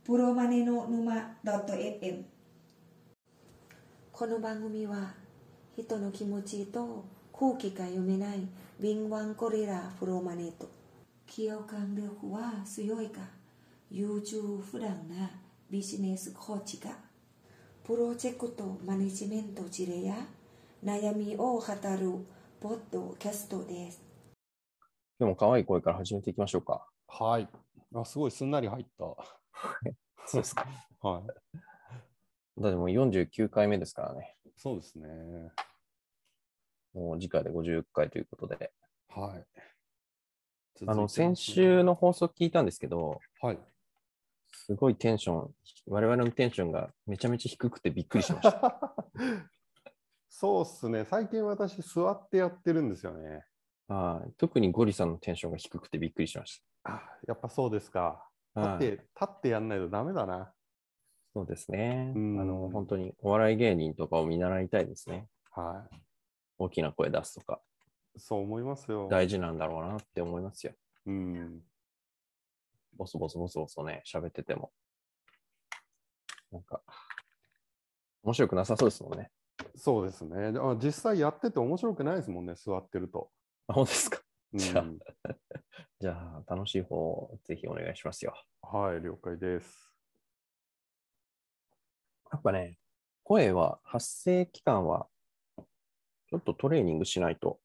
プロマネの沼 .fm この番組は人の気持ちと空気が読めない敏腕ゴリラプロマネと共感力は強いか優柔不断なビジネスコーチがプロジェクトマネジメント事例や悩みを語るポッドキャストです。 でも可愛い声から始めていきましょうか。 はい。すごいすんなり入った。 そうですか。 はい。 だってもう49回目ですからね。 そうですね。 もう次回で50回ということで。 はい。 先週の放送聞いたんですけど、 はい。 すごいテンション、我々のテンションがめちゃめちゃ低くてびっくりしました。 そうっすね。最近私座ってやってるんですよね。 特にゴリさんのテンションが低くてびっくりしました。 やっぱそうですか。立ってやんないとダメだな。 そうですね。本当にお笑い芸人とかを見習いたいですね。 はい。 大きな声出すとか。 そう思いますよ。 大事なんだろうなって思いますよ。ボソボソね、喋ってても。なんか、面白くなさそうですもんね。 そうですね。実際やってて面白くないですもんね、座ってると。 本当ですか。じゃあ、楽しい方をぜひお願いしますよ。 はい、了解です。 やっぱね、声は、発声期間は、ちょっとトレーニングしないと、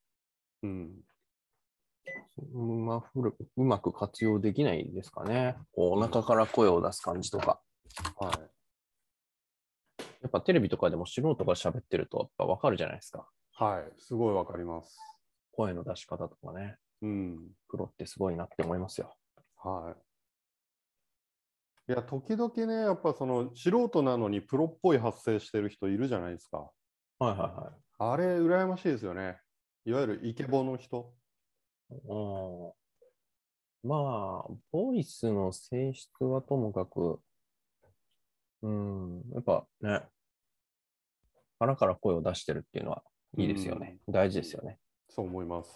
うまく活用できないですかね。お腹から声を出す感じとか。 はい。 やっぱテレビとかでも素人が喋ってるとやっぱ分かるじゃないですか。 はい、すごい分かります。 声の出し方とかね。プロってすごいなって思いますよ。 はい。いや、時々ね、やっぱその素人なのにプロっぽい発声してる人いるじゃないですか。あれ、羨ましいですよね。いわゆるイケボの人。 まあ、ボイスの性質はともかく、やっぱね、腹から声を出してるっていうのはいいですよね。大事ですよね。 そう思います。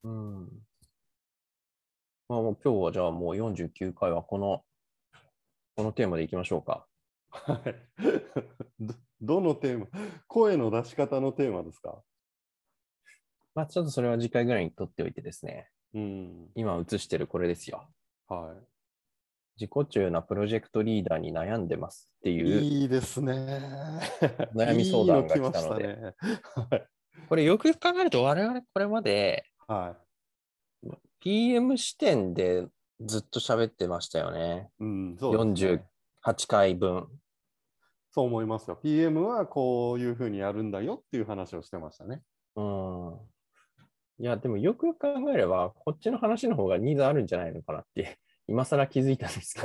まあ、もう今日はじゃあもう49回はこのテーマでいきましょうか。 はい。どのテーマ？声の出し方のテーマですか？ まあ、ちょっとそれは次回ぐらいにとっておいてですね。今映してるこれですよ。 はい。 自己中なプロジェクトリーダーに悩んでますっていう。 いいですね。 悩み相談が来たので。これよく考えると我々これまで、PM 視点でずっと喋ってましたよね。48回分。 そう思いますよ。PM はこういうふうにやるんだよっていう話をしてましたね。 いや、でもよく考えれば、こっちの話の方がニーズあるんじゃないのかなって、今更気づいたんですけ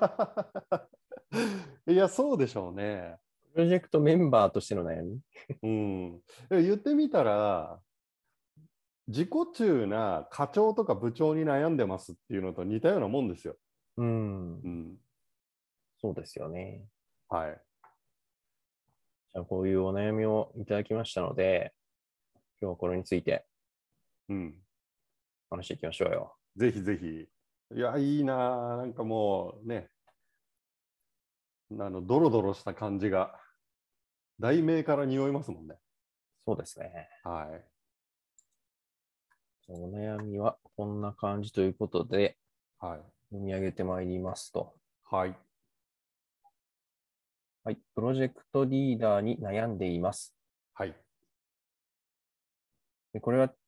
ど。いや、そうでしょうね。 プロジェクトメンバーとしての悩み言ってみたら、自己中な課長とか部長に悩んでますっていうのと似たようなもんですよ。 そうですよね。 はい。 じゃあ、こういうお悩みをいただきましたので、今日はこれについて、話していきましょうよ。 ぜひぜひ。いや、いいな。なんかもうね、ドロドロした感じが、題名から匂いますもんね。 そうですね。 はい。 お悩みはこんな感じということで、 読み上げてまいりますと。 はい。 はい。プロジェクトリーダーに悩んでいます。 はい。 でこれは、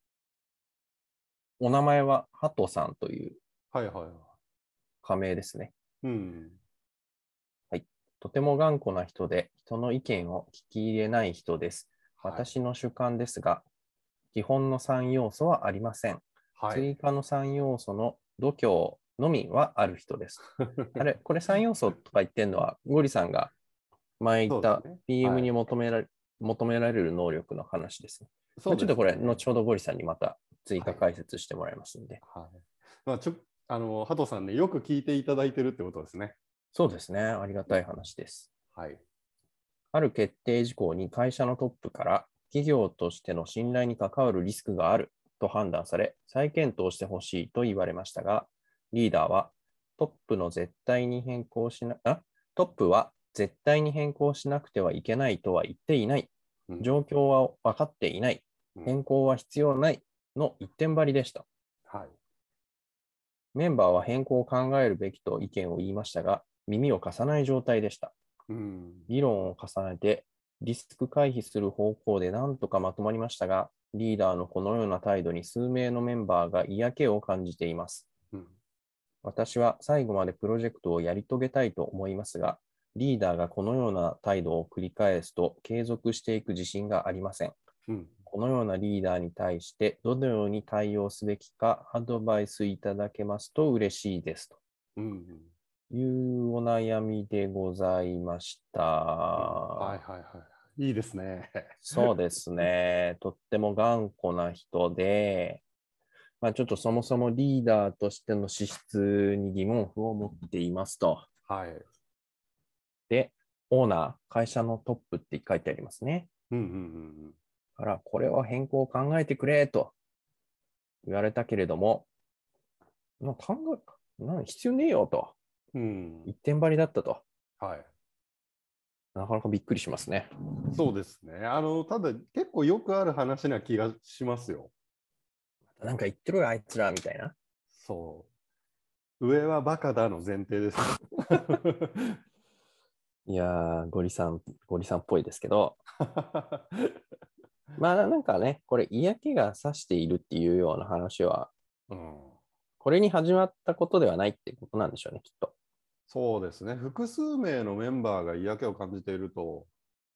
お名前はハトさんという仮名ですね。はい。とても頑固な人で、人の意見を聞き入れない人です。私の主観ですが、基本の3要素はありません。追加の3要素の度胸のみはある人です。これ3要素とか言ってるのは、ゴリさんが前言った PM に求められる能力の話ですね。ちょっとこれ、後ほどゴリさんにまた追加解説してもらいますので。 ハトさんね、よく聞いていただいてるってことですね。 そうですね。ありがたい話です。ある決定事項に会社のトップから企業としての信頼に関わるリスクがあると判断され、再検討してほしいと言われましたが、リーダーはトップは絶対に変更しなくてはいけないとは言っていない。状況は分かっていない。変更は必要ないの一点張りでした。はい。メンバーは変更を考えるべきと意見を言いましたが、耳を貸さない状態でした。議論を重ねて、リスク回避する方向で何とかまとまりましたが、リーダーのこのような態度に数名のメンバーが嫌気を感じています。私は最後までプロジェクトをやり遂げたいと思いますが、リーダーがこのような態度を繰り返すと継続していく自信がありません。このようなリーダーに対してどのように対応すべきかアドバイスいただけますと嬉しいですというお悩みでございました。 はいはいはい。いいですね。 そうですね。とっても頑固な人で、ちょっとそもそもリーダーとしての資質に疑問符を持っていますと。はい。で、オーナー、会社のトップって書いてありますね。だから、これは変更を考えてくれと言われたけれども、必要ねえよと。一点張りだったと。はい。なかなかびっくりしますね。 そうですね。ただ、結構よくある話な気がしますよ。 なんか言ってろよ、あいつらみたいな。 そう。上はバカだの前提です。 いやー、ゴリさんっぽいですけど。なんかね、これ嫌気がさしているっていうような話は、これに始まったことではないってことなんでしょうね、きっと。 そうですね。複数名のメンバーが嫌気を感じていると、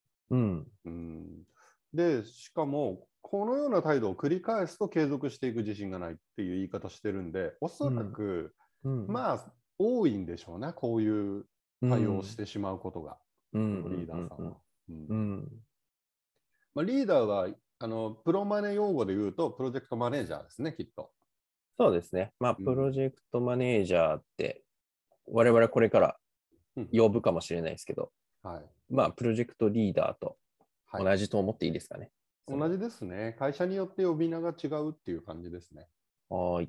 で、しかも、このような態度を繰り返すと継続していく自信がないっていう言い方してるんで、おそらく、多いんでしょうね、こういう対応をしてしまうことが、リーダーさんは。リーダーはプロマネ用語で言うと、プロジェクトマネージャーですね、きっと。 そうですね。プロジェクトマネージャーって、我々これから呼ぶかもしれないですけど、プロジェクトリーダーと同じと思っていいですかね。 同じですね。会社によって呼び名が違うっていう感じですね。 はい。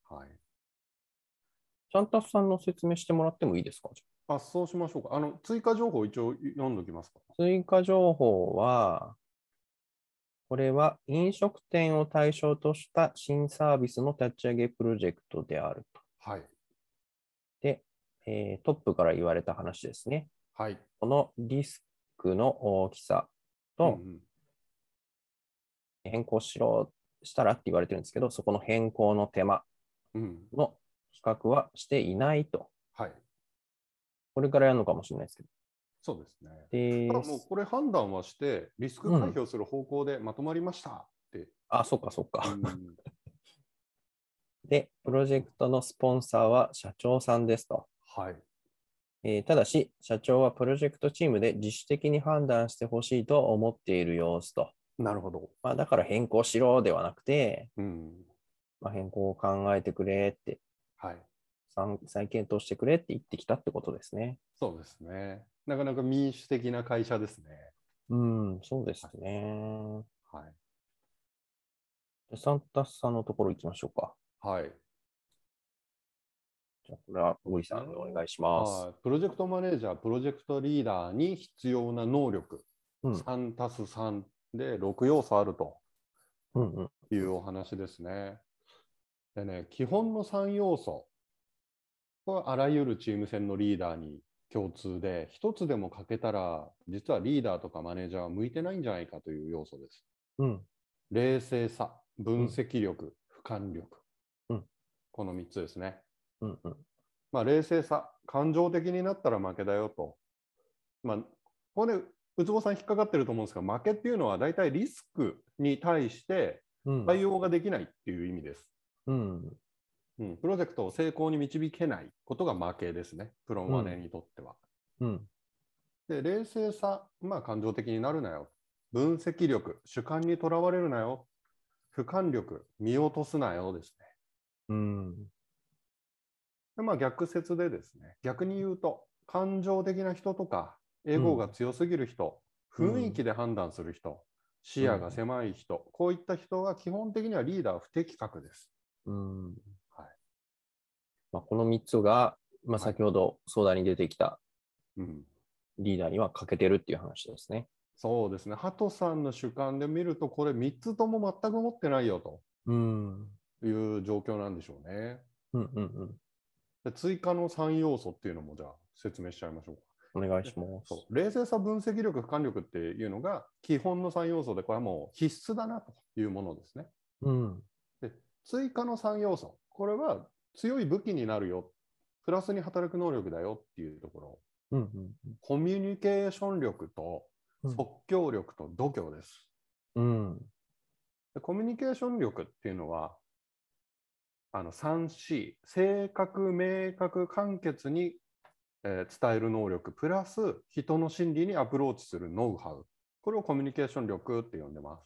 サンタスさんの説明してもらってもいいですか？ そうしましょうか。追加情報一応読んでおきますか。 追加情報は、これは飲食店を対象とした新サービスの立ち上げプロジェクトであると。はい。で、トップから言われた話ですね。はい。このリスクの大きさと、変更したらって言われてるんですけど、そこの変更の手間の比較はしていないと。はい。これからやるのかもしれないですけど。 そうですね。ただもうこれ判断はして、リスク回避をする方向でまとまりましたって。 そっかそっか。で、プロジェクトのスポンサーは社長さんですと。はい。ただし、社長はプロジェクトチームで自主的に判断してほしいと思っている様子と。 なるほど。 だから変更しろではなくて、変更を考えてくれって、はい、再検討してくれって言ってきたってことですね。 そうですね。なかなか民主的な会社ですね。 そうですね。はい。サンタスさんのところ行きましょうか。はい。じゃあ、これは小栗さんお願いします。 プロジェクトマネージャー、プロジェクトリーダーに必要な能力、3たす3で6要素あるというお話ですね。でね、基本の3要素、これはあらゆるチーム戦のリーダーに共通で、一つでも欠けたら、実はリーダーとかマネージャーは向いてないんじゃないかという要素です。冷静さ、分析力、俯瞰力。この3つですね。冷静さ、感情的になったら負けだよと。ここで、ウツボさん引っかかってると思うんですが、負けっていうのは大体リスクに対して対応ができないっていう意味です。プロジェクトを成功に導けないことが負けですね。プロマネにとっては。で、冷静さ、感情的になるなよ。分析力、主観にとらわれるなよ。俯瞰力、見落とすなよですね。で逆説でですね、逆に言うと、感情的な人とか、エゴが強すぎる人、雰囲気で判断する人、視野が狭い人、こういった人は基本的にはリーダー不適格です。 この3つがまあ、先ほど相談に出てきたリーダーには欠けてるっていう話ですね。 そうですね。ハトさんの主観で見ると、これ3つとも全く持ってないよという状況なんでしょうね。で追加の3要素っていうのもじゃあ説明しちゃいましょうか。 お願いします。 冷静さ、分析力、俯瞰力っていうのが基本の3要素で、これはもう必須だなというものですね。で追加の3要素、これは強い武器になるよ、プラスに働く能力だよっていうところ、コミュニケーション力と即興力と度胸です。でコミュニケーション力っていうのは3C、正確、明確、簡潔に伝える能力、プラス人の心理にアプローチするノウハウ。これをコミュニケーション力って呼んでます。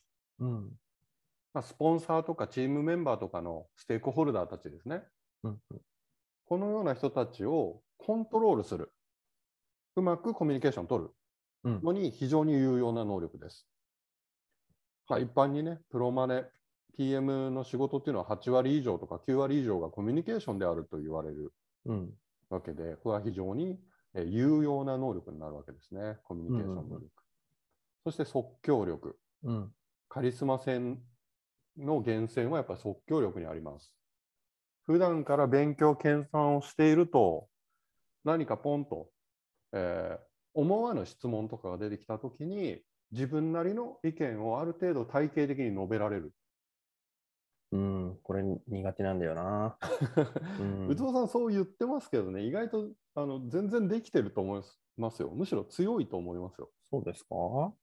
スポンサーとかチームメンバーとかのステークホルダーたちですね。このような人たちをコントロールする。うまくコミュニケーションを取るのに非常に有用な能力です。一般にね、プロマネ、PM の仕事っていうのは8割以上とか9割以上がコミュニケーションであると言われるわけで、これは非常に有用な能力になるわけですね、コミュニケーション能力。そして即興力。カリスマ性の源泉はやっぱり即興力にあります。普段から勉強、研鑽をしていると、何かポンと、思わぬ質問とかが出てきたときに、自分なりの意見をある程度体系的に述べられる。 これ苦手なんだよな。 宇藤さんそう言ってますけどね、意外と全然できてると思いますよ。むしろ強いと思いますよ。 そうですか？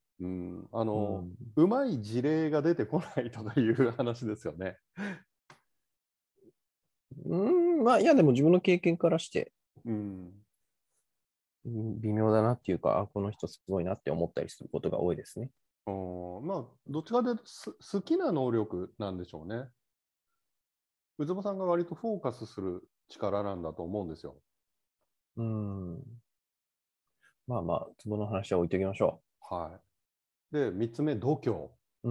うまい事例が出てこないとかいう話ですよね。 まあいやでも自分の経験からして、微妙だなっていうか、この人すごいなって思ったりすることが多いですね。 まあどっちかというと好きな能力なんでしょうね。宇津保さんが割とフォーカスする力なんだと思うんですよ。 まあまあ、ツボの話は置いておきましょう。で、3つ目、度胸。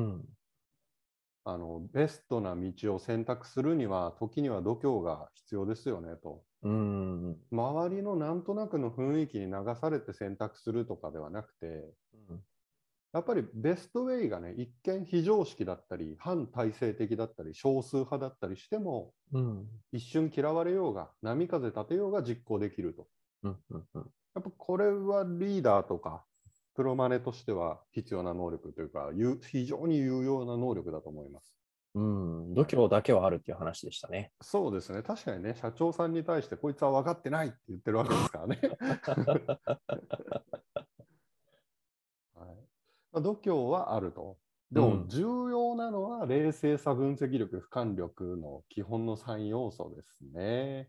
ベストな道を選択するには、時には度胸が必要ですよねと。周りのなんとなくの雰囲気に流されて選択するとかではなくて、やっぱりベストウェイがね、一見非常識だったり、反体制的だったり、少数派だったりしても、一瞬嫌われようが、波風立てようが実行できると。やっぱこれはリーダーとか、プロマネとしては必要な能力というか、非常に有用な能力だと思います。 度胸だけはあるっていう話でしたね。 そうですね。確かにね、社長さんに対してこいつは分かってないって言ってるわけですからね。度胸はあると。でも重要なのは冷静さ、分析力、俯瞰力の基本の3要素ですね。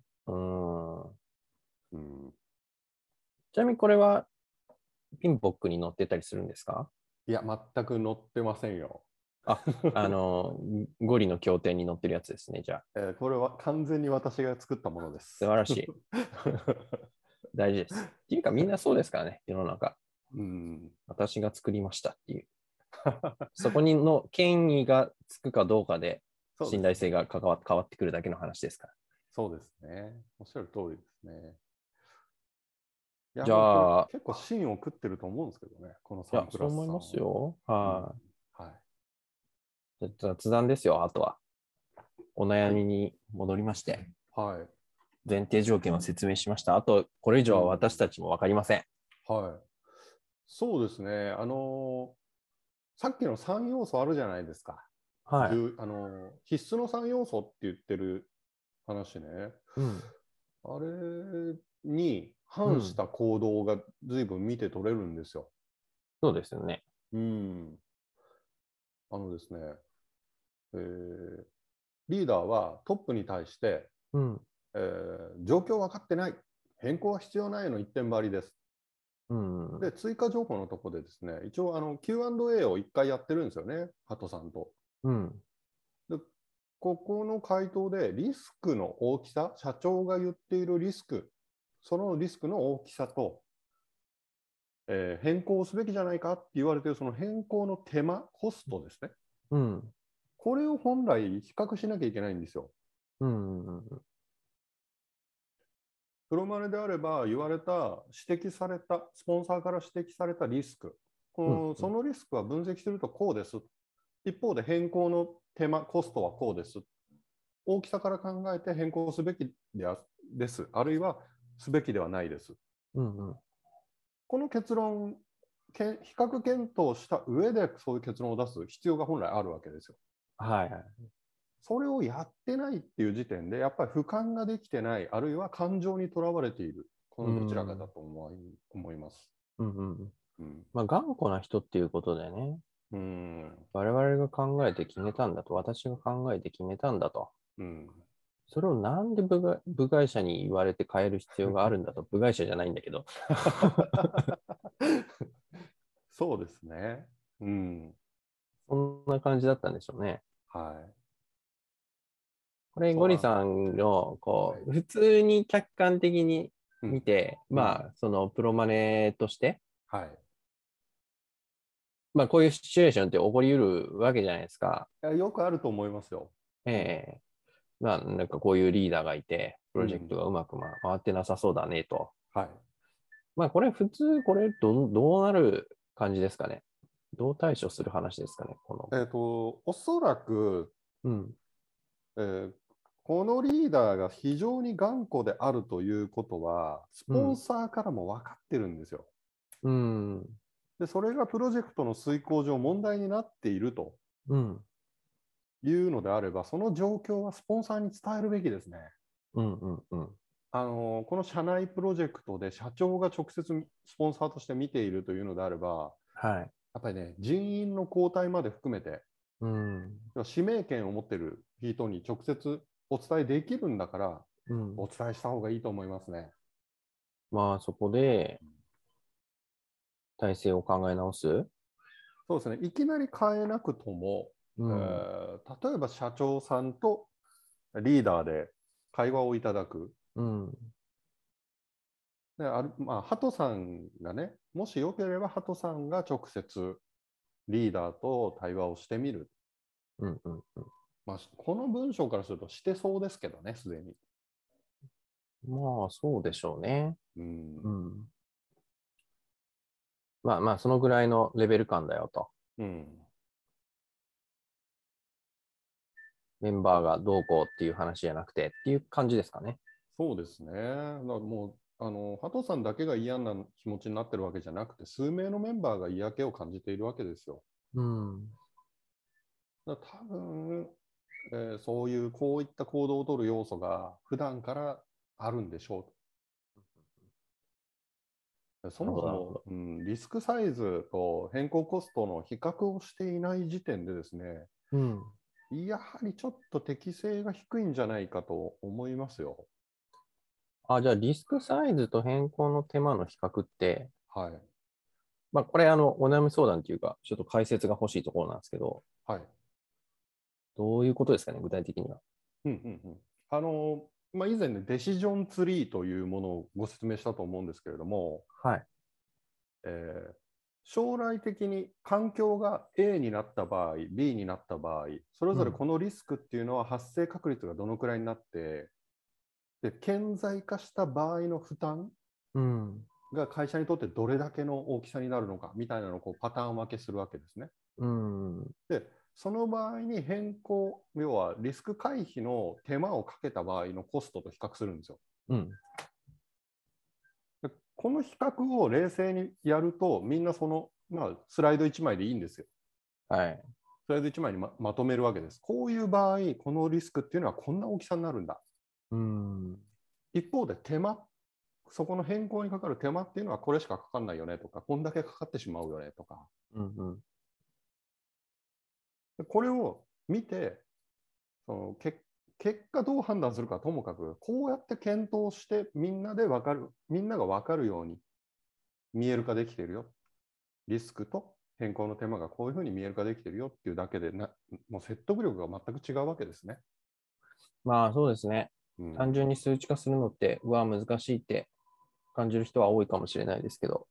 ちなみにこれはピンポックに載ってたりするんですか？ いや、全く載ってませんよ。 ゴリの経典に載ってるやつですね、じゃあ。これは完全に私が作ったものです。 素晴らしい。大事です。っていうかみんなそうですからね、世の中。私が作りましたっていう。そこにの権威がつくかどうかで信頼性が変わってくるだけの話ですから。 そうですね。おっしゃる通りですね。 じゃあ、 結構芯を食ってると思うんですけどね、この3プラス3。 そう思いますよ。雑談ですよ、あとは。お悩みに戻りまして。前提条件を説明しました。あと、これ以上は私たちも分かりません。 そうですね。さっきの3要素あるじゃないですか。必須の3要素って言ってる話ね。あれに反した行動が随分見て取れるんですよ。 そうですよね。 ですね、リーダーはトップに対して、状況分かってない、変更は必要ないの一点張りです。で、追加情報のところでですね、一応Q&A を1回やってるんですよね、ハトさんと。で、ここの回答でリスクの大きさ、社長が言っているリスク、そのリスクの大きさと、変更すべきじゃないかって言われているその変更の手間、コストですね。これを本来比較しなきゃいけないんですよ。 プロマネであれば言われた、指摘された、スポンサーから指摘されたリスク、そのリスクは分析するとこうです。一方で変更の手間、コストはこうです。大きさから考えて変更すべきです。あるいはすべきではないです。この結論、比較検討した上でそういう結論を出す必要が本来あるわけですよ。 はいはい。 それをやってないっていう時点で、やっぱり俯瞰ができてない、あるいは感情にとらわれている、このどちらかだと思います。 まあ、頑固な人っていうことでね、我々が考えて決めたんだと、私が考えて決めたんだと。それをなんで部外者に言われて変える必要があるんだと、部外者じゃないんだけど。 そうですね。 そんな感じだったんでしょうね。 はい。 これ、ゴリさんの、普通に客観的に見て、まあ、そのプロマネとして、まあ、こういうシチュエーションって起こりうるわけじゃないですか。 よくあると思いますよ。 まあ、なんかこういうリーダーがいて、プロジェクトがうまく回ってなさそうだねと。まあ、これ普通、どうなる感じですかね。どう対処する話ですかね。 おそらく、このリーダーが非常に頑固であるということは、スポンサーからも分かってるんですよ。で、それがプロジェクトの遂行上問題になっているというのであれば、その状況はスポンサーに伝えるべきですね。この社内プロジェクトで社長が直接スポンサーとして見ているというのであれば、やっぱりね、人員の交代まで含めて、指名権を持っている人に直接お伝えできるんだから、お伝えした方がいいと思いますね。 まあ、そこで、体制を考え直す？ そうですね。いきなり変えなくとも、例えば社長さんとリーダーで会話をいただく。ハトさんがね、もしよければハトさんが直接リーダーと対話をしてみる。この文章からするとしてそうですけどね、すでに。 まあ、そうでしょうね。まあまあ、そのぐらいのレベル感だよと。メンバーがどうこうっていう話じゃなくてっていう感じですかね。 そうですね。もう、ハトさんだけが嫌な気持ちになってるわけじゃなくて、数名のメンバーが嫌気を感じているわけですよ。多分、そういうこういった行動を取る要素が普段からあるんでしょうと。そもそも、リスクサイズと変更コストの比較をしていない時点でですね、やはりちょっと適性が低いんじゃないかと思いますよ。 じゃあリスクサイズと変更の手間の比較って、まあこれお悩み相談というか、ちょっと解説が欲しいところなんですけど、どういうことですかね、具体的には。 以前ね、デシジョンツリーというものをご説明したと思うんですけれども、将来的に環境が A になった場合、B になった場合、それぞれこのリスクっていうのは発生確率がどのくらいになって、で顕在化した場合の負担が会社にとってどれだけの大きさになるのかみたいなのをパターン分けするわけですね。でその場合に変更、要はリスク回避の手間をかけた場合のコストと比較するんですよ。でこの比較を冷静にやると、みんなその、スライド1枚でいいんですよ。スライド1枚に まとめるわけです。こういう場合、このリスクっていうのはこんな大きさになるんだ。一方で手間、そこの変更にかかる手間っていうのはこれしかかかんないよねとか、こんだけかかってしまうよねとか。これを見て、結果どう判断するかともかく、こうやって検討してみんなが分かるように見える化できているよ。リスクと変更の手間がこういうふうに見える化できているよっていうだけでもう説得力が全く違うわけですね。 まあそうですね。単純に数値化するのって、難しいって感じる人は多いかもしれないですけど。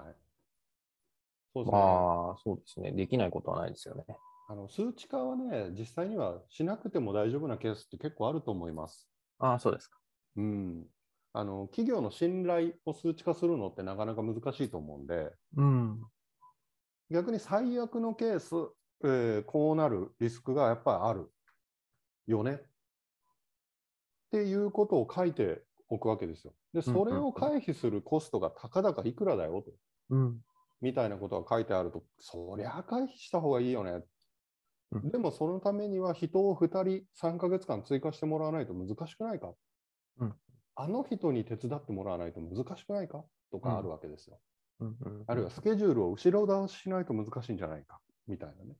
そうですね。 まあそうですね。できないことはないですよね。 数値化はね、実際にはしなくても大丈夫なケースって結構あると思います。 そうですか。 企業の信頼を数値化するのってなかなか難しいと思うんで、逆に最悪のケース、こうなるリスクがやっぱりあるよねっていうことを書いておくわけですよ。で、それを回避するコストがたかだかいくらだよと、みたいなことが書いてあると、そりゃ回避した方がいいよね。でもそのためには人を2人3ヶ月間追加してもらわないと難しくないか、あの人に手伝ってもらわないと難しくないかとかあるわけですよ。あるいはスケジュールを後ろ倒ししないと難しいんじゃないかみたいなね。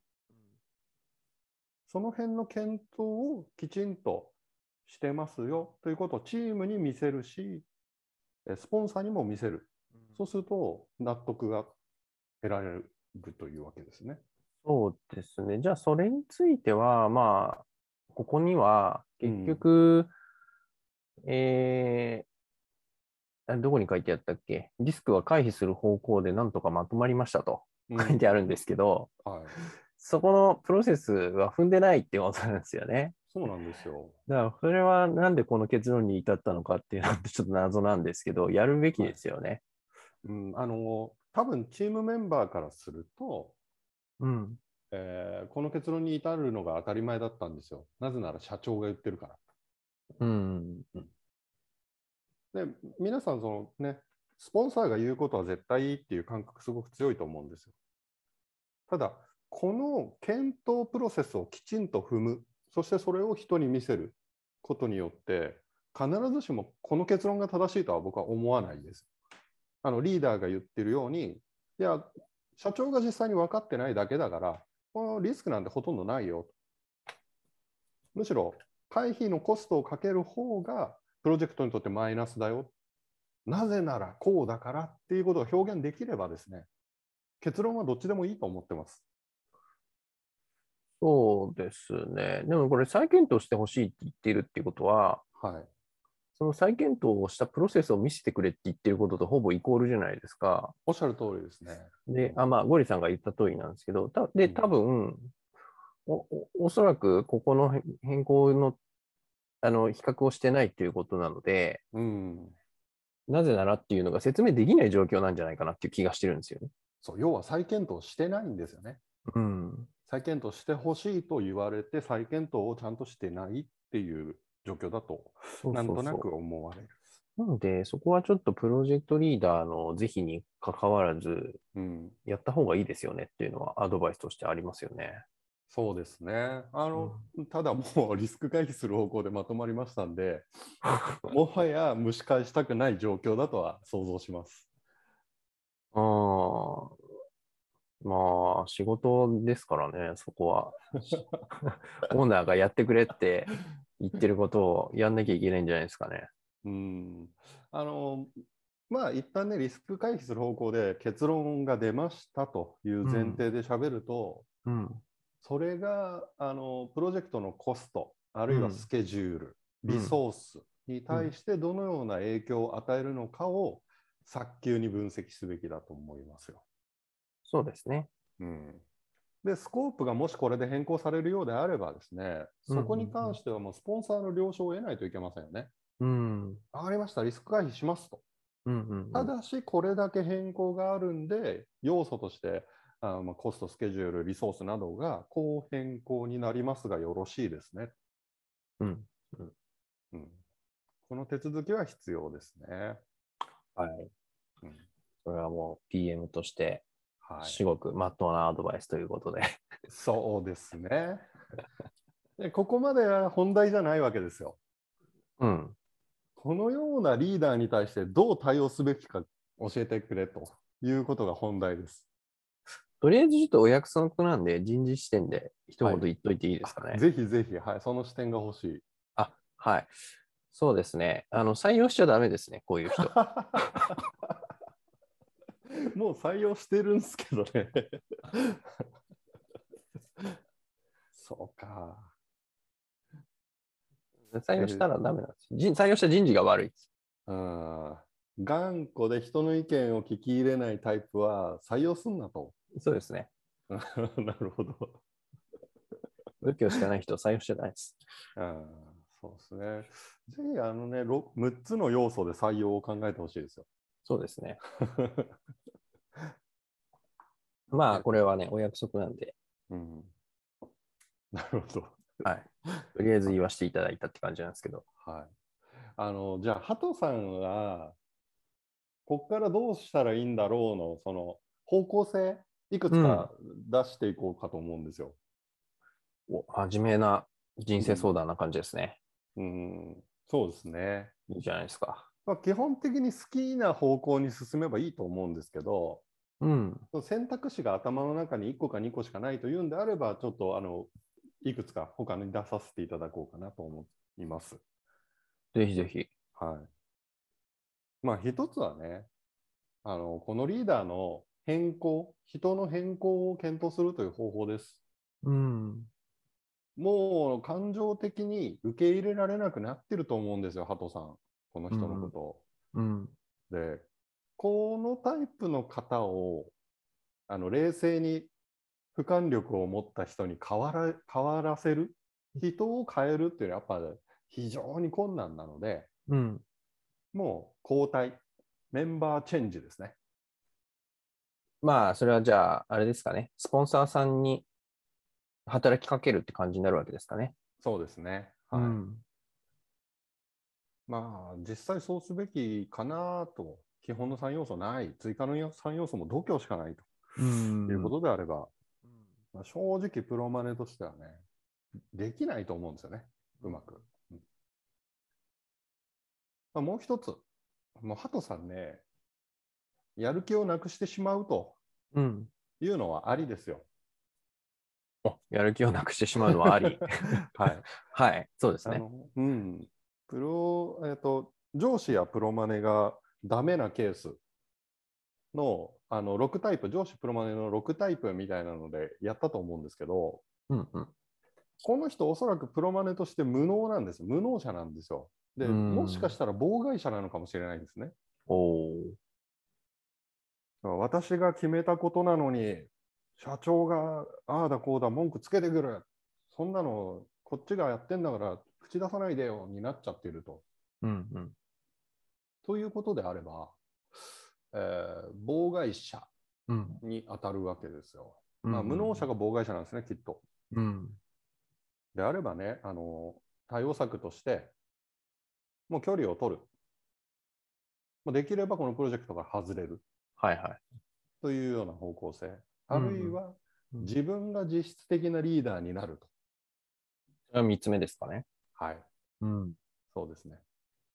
その辺の検討をきちんとしてますよということをチームに見せるし、スポンサーにも見せる。そうすると納得が得られるというわけですね。 そうですね。じゃあそれについては、まあ、ここには結局、どこに書いてあったっけ？リスクは回避する方向でなんとかまとまりましたと書いてあるんですけど、そこのプロセスは踏んでないっていうことなんですよね。 そうなんですよ。 だからそれはなんでこの結論に至ったのかっていうのってちょっと謎なんですけど、やるべきですよね。 多分チームメンバーからすると、この結論に至るのが当たり前だったんですよ。なぜなら社長が言ってるから。で、皆さんスポンサーが言うことは絶対いいっていう感覚すごく強いと思うんですよ。ただ、この検討プロセスをきちんと踏む、そしてそれを人に見せることによって、必ずしもこの結論が正しいとは僕は思わないです。リーダーが言ってるように、いや、社長が実際に分かってないだけだから、このリスクなんてほとんどないよ。むしろ、回避のコストをかける方が、プロジェクトにとってマイナスだよ。なぜならこうだからっていうことを表現できればですね、結論はどっちでもいいと思ってます。 そうですね。でもこれ再検討してほしいって言ってるっていうことは、その再検討をしたプロセスを見せてくれって言ってることとほぼイコールじゃないですか。 おっしゃる通りですね。 で、ゴリさんが言った通りなんですけど、多分、おそらくここの変更の比較をしてないということなので、なぜならっていうのが説明できない状況なんじゃないかなっていう気がしてるんですよね。 そう、要は再検討してないんですよね。再検討してほしいと言われて、再検討をちゃんとしてないっていう状況だと、なんとなく思われる。 なので、そこはちょっとプロジェクトリーダーの是非に関わらず、やった方がいいですよねっていうのはアドバイスとしてありますよね。 そうですね。ただもうリスク回避する方向でまとまりましたんで、もはや蒸し返したくない状況だとは想像します。 まあ、仕事ですからね、そこは。オーナーがやってくれって言ってることをやんなきゃいけないんじゃないですかね。 まあ、一旦ね、リスク回避する方向で結論が出ましたという前提で喋ると、それがプロジェクトのコスト、あるいはスケジュール、リソースに対してどのような影響を与えるのかを早急に分析すべきだと思いますよ。 そうですね。 で、スコープがもしこれで変更されるようであればですね、そこに関してはもうスポンサーの了承を得ないといけませんよね。わかりました、リスク回避しますと。ただし、これだけ変更があるんで、要素としてコスト、スケジュール、リソースなどがこう変更になりますがよろしいですね。この手続きは必要ですね。 それはもう PM として至極まっとうなアドバイスということで。 そうですね。でここまでは本題じゃないわけですよ。このようなリーダーに対してどう対応すべきか教えてくれということが本題です。 とりあえずちょっとお約束なんで人事視点で一言言っといていいですかね。 ぜひぜひ、その視点が欲しい。 そうですね。採用しちゃダメですね、こういう人。 もう採用してるんですけどね。そうか。 採用したらダメなんです。採用した人事が悪いです。 頑固で人の意見を聞き入れないタイプは採用すんなと。 そうですね。 なるほど。 武器をしてない人は採用しちゃないです。 そうですね。ぜひ6つの要素で採用を考えてほしいですよ。 そうですね。まあ、これはね、お約束なんで。 うん。なるほど。 はい。とりあえず言わせていただいたって感じなんですけど。 はい。じゃあ、ハトさんは、ここからどうしたらいいんだろうの、その方向性、いくつか出していこうかと思うんですよ。 真面目な人生相談な感じですね。 そうですね。 いいじゃないですか。 まあ、基本的に好きな方向に進めばいいと思うんですけど、選択肢が頭の中に1個か2個しかないというんであれば、ちょっといくつか他に出させていただこうかなと思います。 ぜひぜひ。 はい。まあ一つはね、このリーダーの変更、人の変更を検討するという方法です。もう感情的に受け入れられなくなってると思うんですよ、ハトさん。この人のことを。で、このタイプの方を冷静に俯瞰力を持った人に変わらせる、人を変えるっていうのはやっぱ非常に困難なので、もう交代、メンバーチェンジですね。 まあ、それはじゃあ、あれですかね。スポンサーさんに働きかけるって感じになるわけですかね。 そうですね。はい。まあ、実際そうすべきかなと。基本の3要素ない。追加の3要素も度胸しかないということであれば、まあ、正直プロマネとしてはね、できないと思うんですよね。うまく。まあ、もう一つ、もうハトさんね、やる気をなくしてしまうというのはありですよ。 やる気をなくしてしまうのはあり。 はい。 はい、そうですね。 上司やプロマネがダメなケースの6タイプ、上司プロマネの6タイプみたいなのでやったと思うんですけど、この人おそらくプロマネとして無能なんです。無能者なんですよ。で、もしかしたら妨害者なのかもしれないんですね。私が決めたことなのに、社長がああだこうだ文句つけてくる。そんなのこっちがやってんだから口出さないでよになっちゃっていると。ということであれば、妨害者に当たるわけですよ。まあ、無能者が妨害者なんですね、きっと。であればね、対応策として、もう距離を取る。できればこのプロジェクトから外れる。というような方向性。あるいは、自分が実質的なリーダーになると。 それは3つ目ですかね。 はい。そうですね。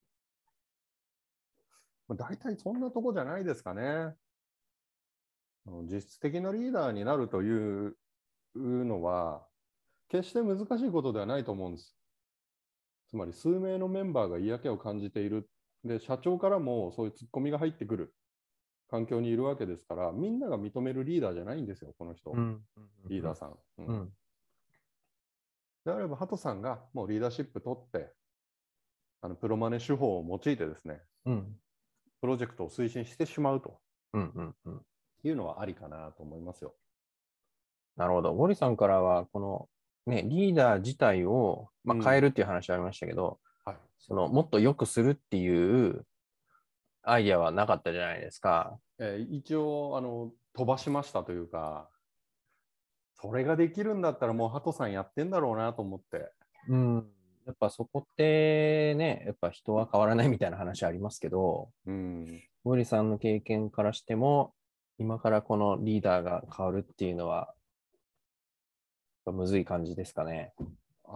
大体そんなとこじゃないですかね。実質的なリーダーになるというのは、決して難しいことではないと思うんです。つまり数名のメンバーが嫌気を感じている。で、社長からもそういうツッコミが入ってくる環境にいるわけですから、みんなが認めるリーダーじゃないんですよ、この人。リーダーさん。であれば、ハトさんがもうリーダーシップ取って、プロマネ手法を用いてですね、プロジェクトを推進してしまうというのはありかなと思いますよ。 なるほど。ゴリさんからは、この、ね、リーダー自体を、変えるっていう話ありましたけど、そのもっと良くするっていうアイディアはなかったじゃないですか。 一応飛ばしましたというか、それができるんだったらもうハトさんやってんだろうなと思って。 やっぱそこってね、やっぱ人は変わらないみたいな話ありますけど、ゴリさんの経験からしても、今からこのリーダーが変わるっていうのは、むずい感じですかね。 ち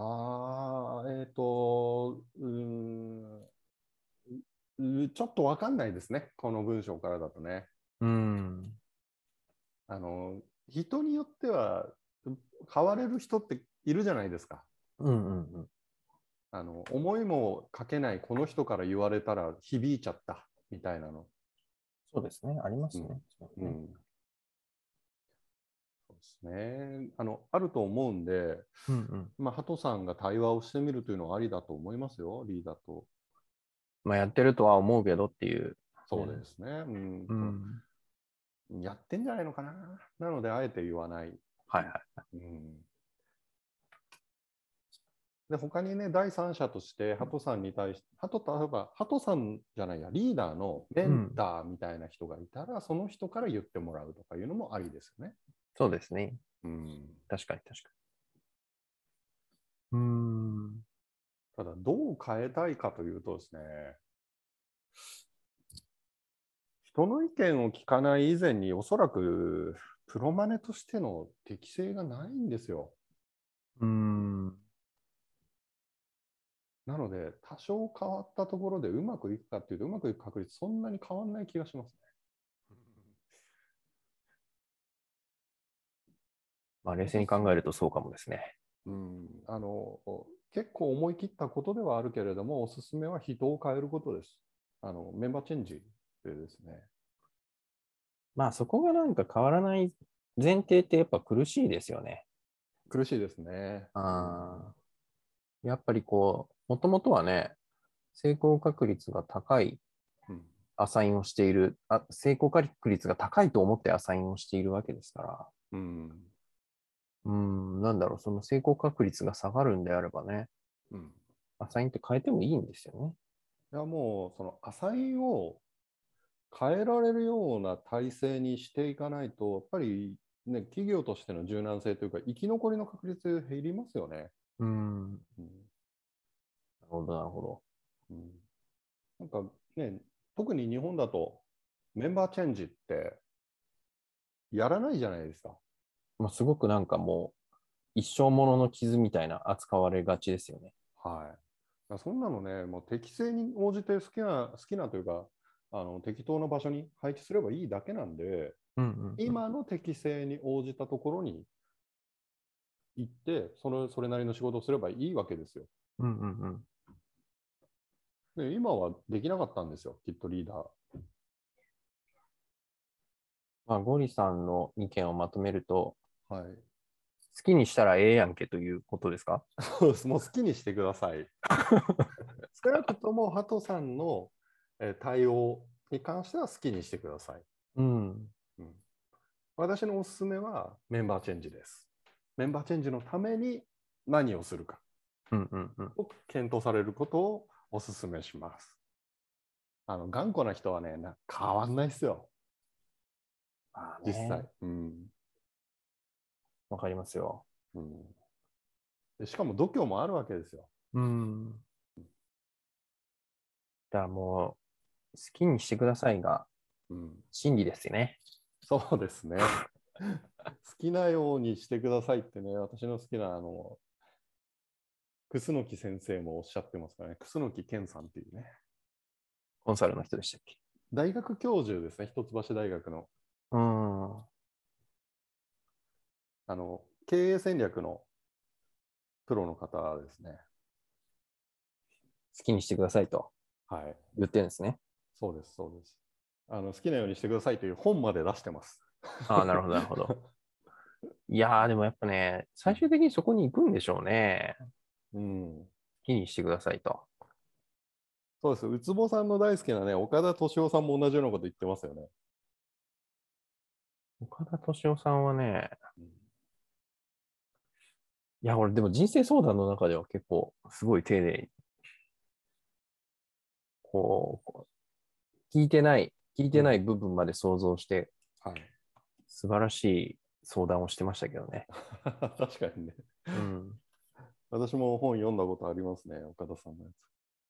ょっとわかんないですね、この文章からだとね。人によっては変われる人っているじゃないですか。思いもかけないこの人から言われたら響いちゃったみたいなの。 そうですね、ありますね。 そうですね。あると思うんで、ハトさんが対話をしてみるというのはありだと思いますよ、リーダーと。 やってるとは思うけどっていう。 そうですね。やってんじゃないのかな。なので、あえて言わない。 で、他にね、第三者として、ハトさんに対して、例えば、ハトさんじゃないや、リーダーのメンターみたいな人がいたら、その人から言ってもらうとかいうのもありですよね。 そうですね。確かに。 ただ、どう変えたいかというとですね、人の意見を聞かない以前に、おそらくプロマネとしての適性がないんですよ。なので、多少変わったところでうまくいくかっていうと、うまくいく確率そんなに変わらない気がしますね。 まあ、冷静に考えるとそうかもですね。 結構思い切ったことではあるけれども、おすすめは人を変えることです。メンバーチェンジでですね。 まあそこがなんか変わらない前提ってやっぱ苦しいですよね。 苦しいですね。 やっぱりこう、もともとはね、成功確率が高いアサインをしている、成功確率が高いと思ってアサインをしているわけですから、なんだろう、その成功確率が下がるんであればね、アサインって変えてもいいんですよね。 いや、もう、そのアサインを変えられるような体制にしていかないと、やっぱり、ね、企業としての柔軟性というか、生き残りの確率減りますよね。 なるほど、なるほど。 なんかね、特に日本だとメンバーチェンジってやらないじゃないですか。 まあ、すごくなんかもう、一生ものの傷みたいな扱われがちですよね。 はい。そんなのね、もう適正に応じて好きなというか、適当な場所に配置すればいいだけなんで、今の適正に応じたところに行って、それなりの仕事をすればいいわけですよ。で、今はできなかったんですよ、きっとリーダー。 まあ、ゴリさんの意見をまとめると、 はい、 好きにしたらええやんけということですか？ そうです、もう好きにしてください。少なくとも、ハトさんの対応に関しては好きにしてください。私のおすすめはメンバーチェンジです。メンバーチェンジのために何をするかを検討されることをおすすめします。頑固な人はね、変わんないですよ。実際。 わかりますよ。 しかも度胸もあるわけですよ。 だからもう、好きにしてくださいが、真理ですよね。 そうですね。好きなようにしてくださいってね、私の好きな楠木先生もおっしゃってますからね。楠木健さんっていうね。 コンサルの人でしたっけ？ 大学教授ですね、一橋大学の。経営戦略のプロの方ですね。 好きにしてくださいと言ってるんですね。 そうです、そうです。好きなようにしてくださいという本まで出してます。 なるほど、なるほど。いやー、でもやっぱね、最終的にそこに行くんでしょうね。好きにしてくださいと。 そうです。ウツボさんの大好きなね、岡田敏夫さんも同じようなこと言ってますよね。 岡田敏夫さんはね、いや、俺でも人生相談の中では結構すごい丁寧に、こう、聞いてない部分まで想像して、素晴らしい相談をしてましたけどね。 確かにね。私も本読んだことありますね、岡田さんのやつ。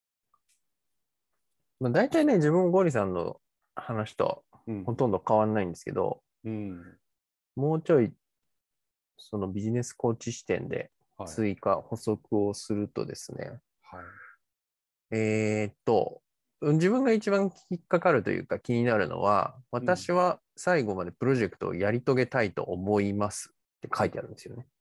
まあ、大体ね、自分ゴリさんの話とほとんど変わんないんですけど、もうちょいそのビジネスコーチ視点で追加補足をするとですね、自分が一番引っかかるというか気になるのは、私は最後までプロジェクトをやり遂げたいと思いますって書いてあるんですよね。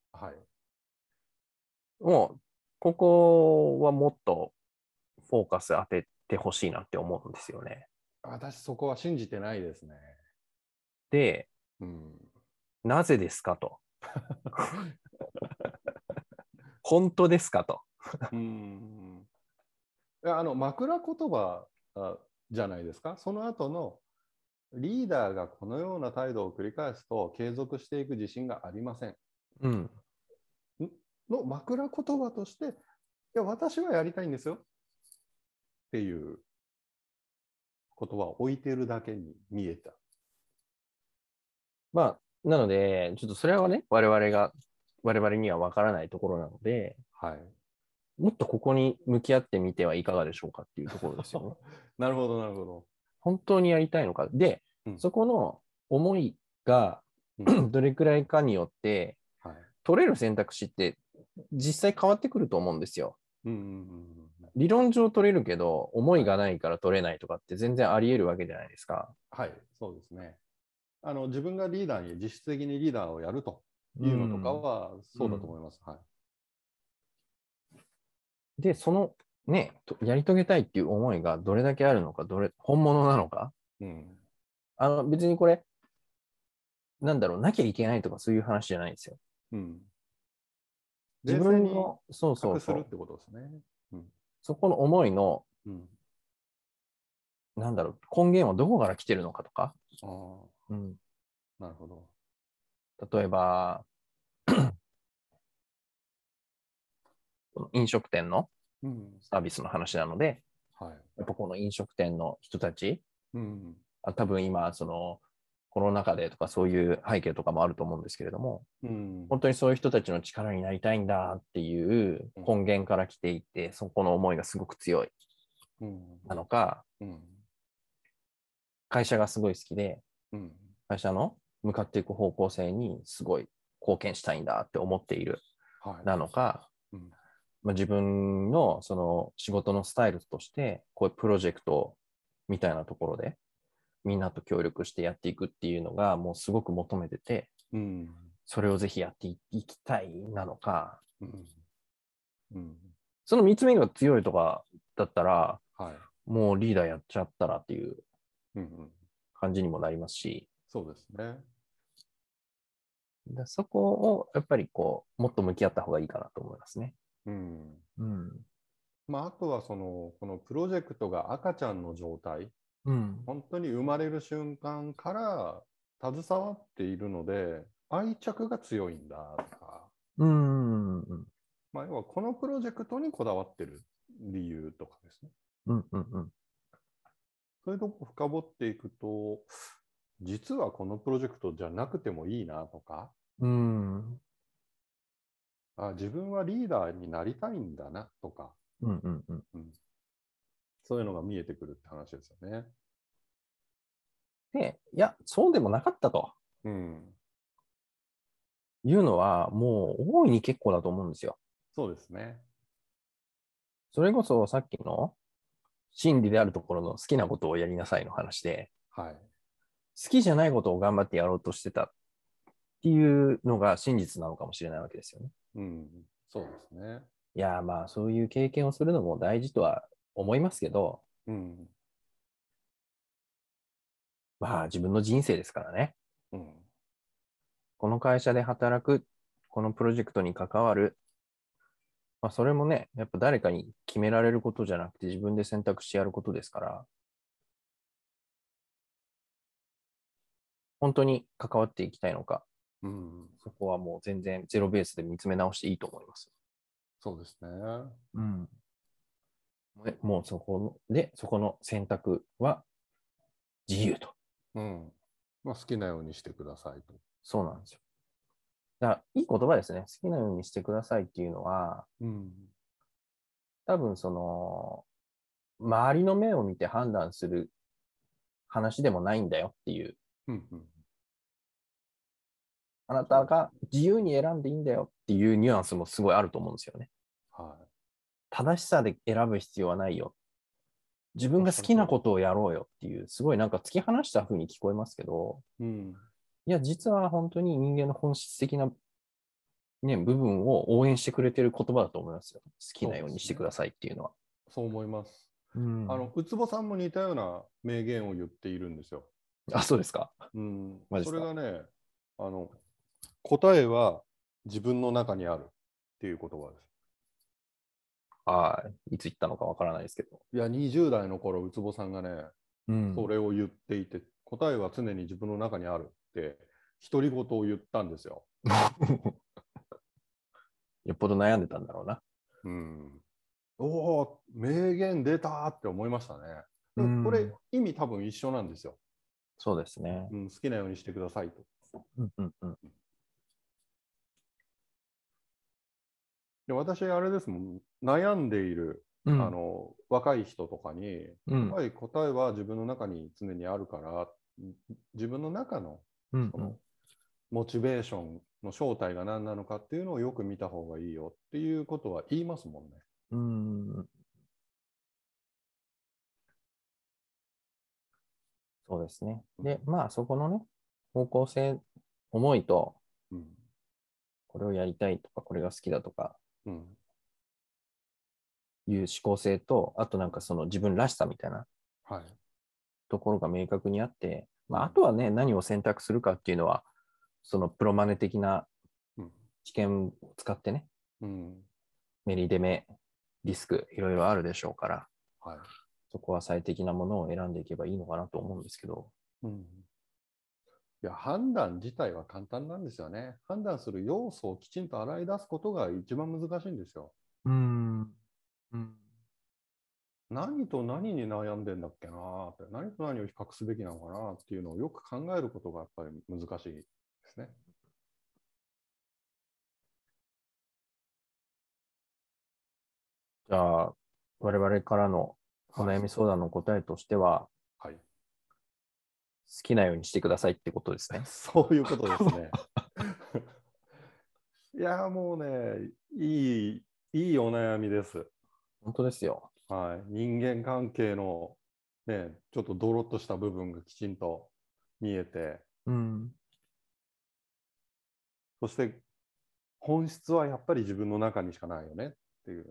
もう、ここはもっとフォーカス当ててほしいなって思うんですよね。 私そこは信じてないですね。 で、なぜですかと。本当ですかと。 枕言葉じゃないですか。その後のリーダーがこのような態度を繰り返すと継続していく自信がありません。の枕言葉としてや、私はやりたいんですよっていうことは置いてるだけに見えた。 まあ、なので、ちょっとそれはね、我々には分からないところなので、 はい。 もっとここに向き合ってみてはいかがでしょうかっていうところですよね。 なるほど、なるほど。 本当にやりたいのか。で、そこの思いがどれくらいかによって、取れる選択肢って実際変わってくると思うんですよ。理論上取れるけど、思いがないから取れないとかって全然あり得るわけじゃないですか。 はい、そうですね。自分がリーダーに実質的にリーダーをやるというのとかはそうだと思います。はい。 で、そのね、やり遂げたいっていう思いがどれだけあるのか、本物なのか。別にこれ、なんだろう、なきゃいけないとかそういう話じゃないんですよ。自分の、そうそうそう。 ってことですね。 そこの思いの、なんだろう、根源はどこから来てるのかとか。 なるほど。 例えば、飲食店のサービスの話なので、やっぱこの飲食店の人たち、多分今、コロナ禍でとかそういう背景とかもあると思うんですけれども、本当にそういう人たちの力になりたいんだっていう根源から来ていて、そこの思いがすごく強いなのか、会社がすごい好きで、会社の向かっていく方向性にすごい貢献したいんだって思っているなのか、自分のその仕事のスタイルとして、こういうプロジェクトみたいなところで、みんなと協力してやっていくっていうのがもうすごく求めてて、それをぜひやっていきたいなのか、その3つ目が強いとかだったら、もうリーダーやっちゃったらっていう感じにもなりますし、 そうですね。 そこをやっぱりこうもっと向き合った方がいいかなと思いますね。 あとはこのプロジェクトが赤ちゃんの状態、本当に生まれる瞬間から携わっているので愛着が強いんだとか、要はこのプロジェクトにこだわってる理由とかですね。そういうとこ深掘っていくと、実はこのプロジェクトじゃなくてもいいなとか、自分はリーダーになりたいんだなとか、そういうのが見えてくるって話ですよね。 で、いや、そうでもなかったと。いうのは、もう大いに結構だと思うんですよ。 そうですね。 それこそさっきの真理であるところの好きなことをやりなさいの話で、好きじゃないことを頑張ってやろうとしてたっていうのが真実なのかもしれないわけですよね。 そうですね。 いや、まあそういう経験をするのも大事とは思いますけど、まあ自分の人生ですからね。この会社で働く、このプロジェクトに関わる、それもね、やっぱ誰かに決められることじゃなくて自分で選択してやることですから、本当に関わっていきたいのか、そこはもう全然ゼロベースで見つめ直していいと思います。 そうですね。 もうそこの選択は自由と。 好きなようにしてくださいと。 そうなんですよ。だからいい言葉ですね。好きなようにしてくださいっていうのは、多分周りの目を見て判断する話でもないんだよっていう。あなたが自由に選んでいいんだよっていうニュアンスもすごいあると思うんですよね。正しさで選ぶ必要はないよ。自分が好きなことをやろうよっていう、すごいなんか突き放した風に聞こえますけど、いや、実は本当に人間の本質的な、部分を応援してくれてる言葉だと思いますよ。好きなようにしてくださいっていうのは。 そう思います。ウツボさんも似たような名言を言っているんですよ。 あ、そうですか。 それがね、答えは自分の中にあるっていう言葉です。 いつ言ったのかわからないですけど。 いや、20代の頃、ウツボさんがね、それを言っていて、答えは常に自分の中にあるって独り言を言ったんですよ。 よっぽど悩んでたんだろうな。 おお、名言出たって思いましたね。これ、意味多分一緒なんですよ。 そうですね。 好きなようにしてくださいと。で、私、あれですもん、悩んでいる、若い人とかに、やっぱり答えは自分の中に常にあるから、自分の中のそのモチベーションの正体が何なのかっていうのをよく見た方がいいよっていうことは言いますもんね。 そうですね。で、まあそこのね、方向性、思いと、これをやりたいとか、これが好きだとか、いう思考性と、あとなんかその自分らしさみたいなところが明確にあって、まあ、あとはね、何を選択するかっていうのは、そのプロマネ的な知見を使ってね、メリデメ、リスク、いろいろあるでしょうから、そこは最適なものを選んでいけばいいのかなと思うんですけど。 いや、判断自体は簡単なんですよね。判断する要素をきちんと洗い出すことが一番難しいんですよ。何と何に悩んでんだっけなって、何と何を比較すべきなのかなっていうのをよく考えることがやっぱり難しいですね。 じゃあ、我々からのお悩み相談の答えとしては、好きなようにしてくださいってことですね。 そういうことですね。いや、もうね、いいお悩みです。 本当ですよ。 人間関係の、ね、ちょっとドロッとした部分がきちんと見えて、そして本質はやっぱり自分の中にしかないよねっていう。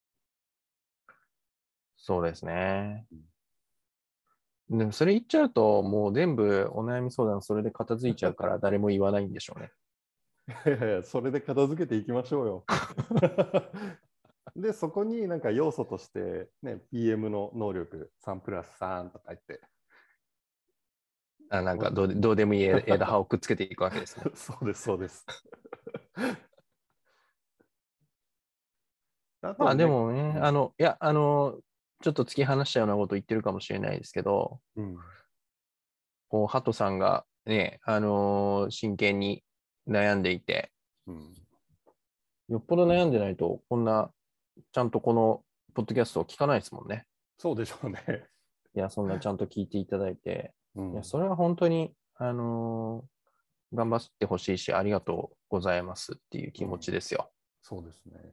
そうですね。でもそれ言っちゃうと、もう全部お悩み相談それで片付いちゃうから誰も言わないんでしょうね。 それで片付けていきましょうよ。で、そこになんか要素として、ね、PM の能力3プラス3とか言って。 なんかどうでもいい枝葉をくっつけていくわけですね。 そうです、そうです。 まあでもね、いや、ちょっと突き放したようなこと言ってるかもしれないですけど、こう、ハトさんがね、真剣に悩んでいて、よっぽど悩んでないと、こんな、ちゃんとこのポッドキャストを聞かないですもんね。 そうでしょうね。 いや、そんなちゃんと聞いていただいて、いや、それは本当に、頑張ってほしいし、ありがとうございますっていう気持ちですよ。 そうですね。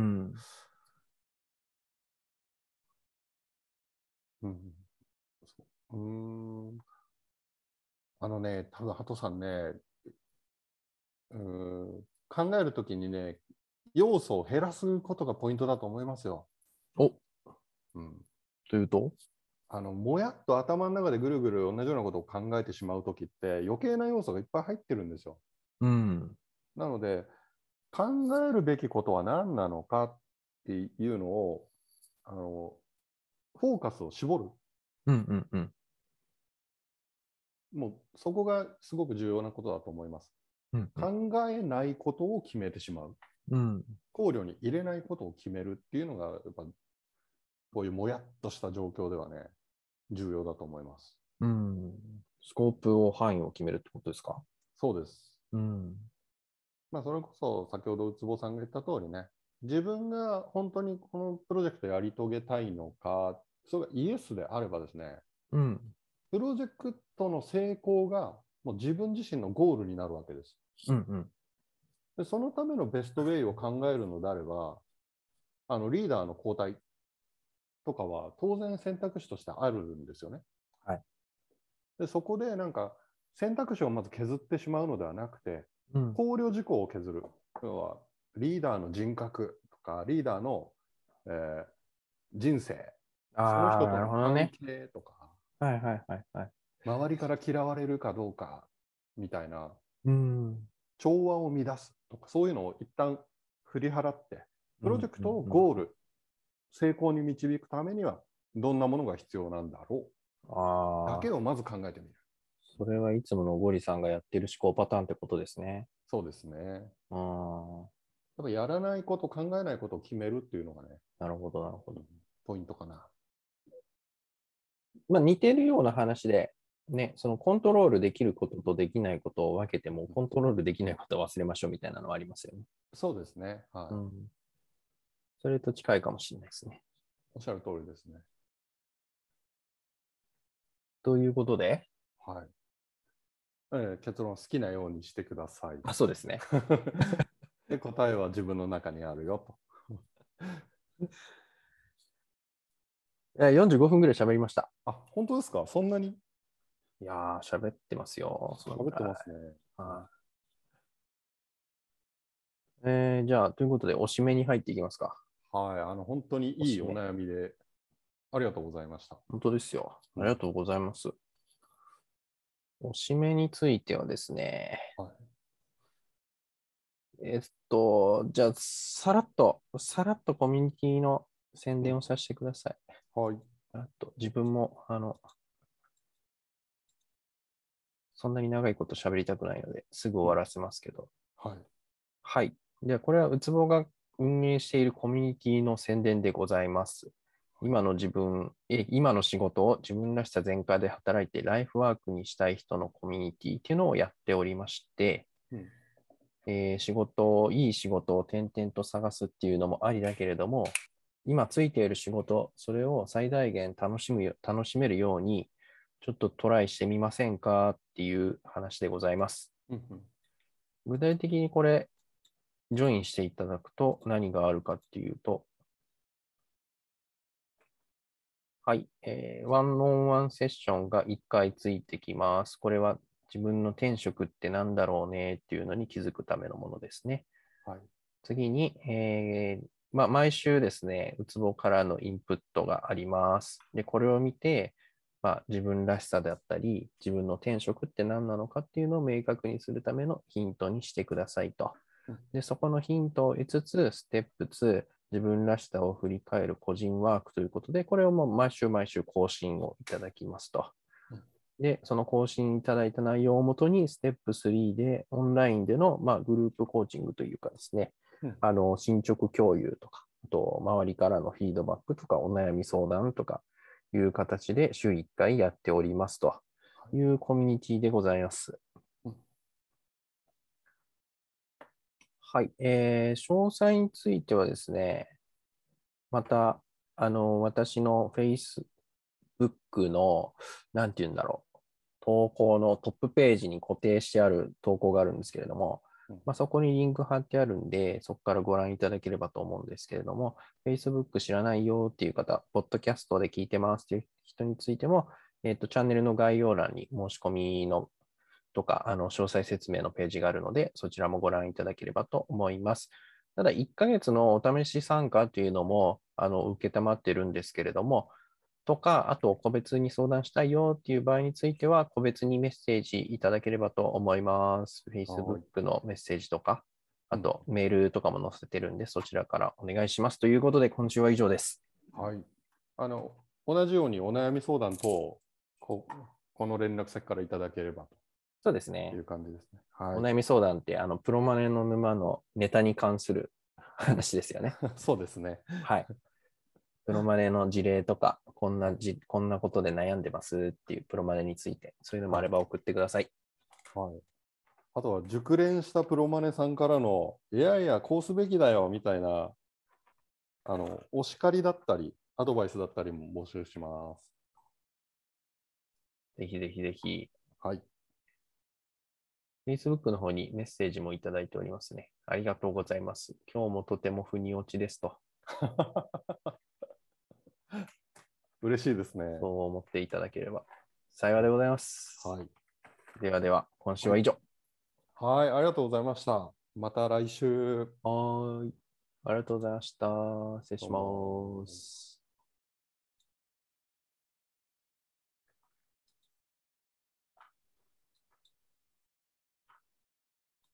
多分ハトさんね、考えるときにね、要素を減らすことがポイントだと思いますよ。 というともやっと頭の中でぐるぐる同じようなことを考えてしまうときって余計な要素がいっぱい入ってるんですよ。なので、考えるべきことは何なのかっていうのを、フォーカスを絞る。もうそこがすごく重要なことだと思います。考えないことを決めてしまう。考慮に入れないことを決めるっていうのが、やっぱこういうもやっとした状況ではね、重要だと思います。 スコープを範囲を決めるってことですか？ そうです。まあそれこそ先ほど坪さんが言った通りね、自分が本当にこのプロジェクトやり遂げたいのか、それがイエスであればですね、プロジェクトの成功がもう自分自身のゴールになるわけです。でそのためのベストウェイを考えるのであれば、リーダーの交代とかは当然選択肢としてあるんですよね。でそこでなんか選択肢をまず削ってしまうのではなくて、考慮事項を削る。要はリーダーの人格とか、リーダーの、人生、その人との関係とか、周りから嫌われるかどうかみたいな、調和を乱すとか、そういうのを一旦振り払って、プロジェクトをゴール、成功に導くためにはどんなものが必要なんだろうだけをまず考えてみる。 それはいつものゴリさんがやってる思考パターンってことですね。 そうですね。 ぱやらないこと、考えないことを決めるっていうのがね。 なるほど、なるほど。 ポイントかな。 まあ似てるような話で、ね、そのコントロールできることとできないことを分けても、コントロールできないことを忘れましょうみたいなのはありますよね。 そうですね。はい。 それと近いかもしれないですね。 おっしゃる通りですね。 ということで、 はい。結論好きなようにしてください。 あ、そうですね。 で、答えは自分の中にあるよと。 45分ぐらい喋りました。 あ、本当ですか？そんなに？ いやー、喋ってますよ。 喋ってますね。 じゃあ、ということで、お締めに入っていきますか。 はい、本当にいいお悩みで、ありがとうございました。 本当ですよ。ありがとうございます。お締めについてはですね、はい、じゃあ、さらっとコミュニティの宣伝をさせてください。 はい。 自分も、そんなに長いこと喋りたくないので、すぐ終わらせますけど。 はい。 はい。では、これはうつぼが運営しているコミュニティの宣伝でございます。今の仕事を自分らしさ全開で働いてライフワークにしたい人のコミュニティっていうのをやっておりまして、いい仕事を転々と探すっていうのもありだけれども、今ついている仕事、それを最大限楽しめるように、ちょっとトライしてみませんかっていう話でございます。具体的にこれ、ジョインしていただくと何があるかっていうと、はい、ワンオンワンセッションが1回ついてきます。これは自分の転職って何だろうねっていうのに気づくためのものですね。はい、次に、毎週ですね、うつぼからのインプットがあります。で、これを見て、自分らしさだったり、自分の転職って何なのかっていうのを明確にするためのヒントにしてくださいと。で、そこのヒントを5つ、ステップ2、自分らしさを振り返る個人ワークということで、これをもう毎週更新をいただきますと。で、その更新いただいた内容をもとに、ステップ3でオンラインでの、グループコーチングというかですね、進捗共有とか、あと、周りからのフィードバックとか、お悩み相談とかいう形で週1回やっておりますというコミュニティでございます。はい。詳細についてはですね、また、私の Facebook の、なんて言うんだろう、投稿のトップページに固定してある投稿があるんですけれども、そこにリンク貼ってあるんで、そこからご覧いただければと思うんですけれども、Facebook 知らないよっていう方、ポッドキャストで聞いてますっていう人についても、チャンネルの概要欄に申し込みのとか、詳細説明のページがあるので、そちらもご覧いただければと思います。ただ、1ヶ月のお試し参加というのも、受けたまってるんですけれども、とか、あと、個別に相談したいよっていう場合については、個別にメッセージいただければと思います。Facebook のメッセージとか、あと、メールとかも載せてるんで、そちらからお願いします。ということで、今週は以上です。 はい。同じようにお悩み相談等、この連絡先からいただければと。 そうですね。 いう感じですね。 はい、お悩み相談って、プロマネの沼のネタに関する話ですよね。 そうですね。 はい。プロマネの事例とか、こんなことで悩んでますっていうプロマネについて、そういうのもあれば送ってください。 はい。あとは、熟練したプロマネさんからの、いやいや、こうすべきだよみたいな、お叱りだったり、アドバイスだったりも募集します。 ぜひぜひぜひ。 はい。 Facebook の方にメッセージもいただいておりますね。ありがとうございます。今日もとても腑に落ちですと。 嬉しいですね。 そう思っていただければ幸いでございます。 はい。 ではでは、今週は以上。 はい、ありがとうございました。また来週。 はい。ありがとうございました。失礼します。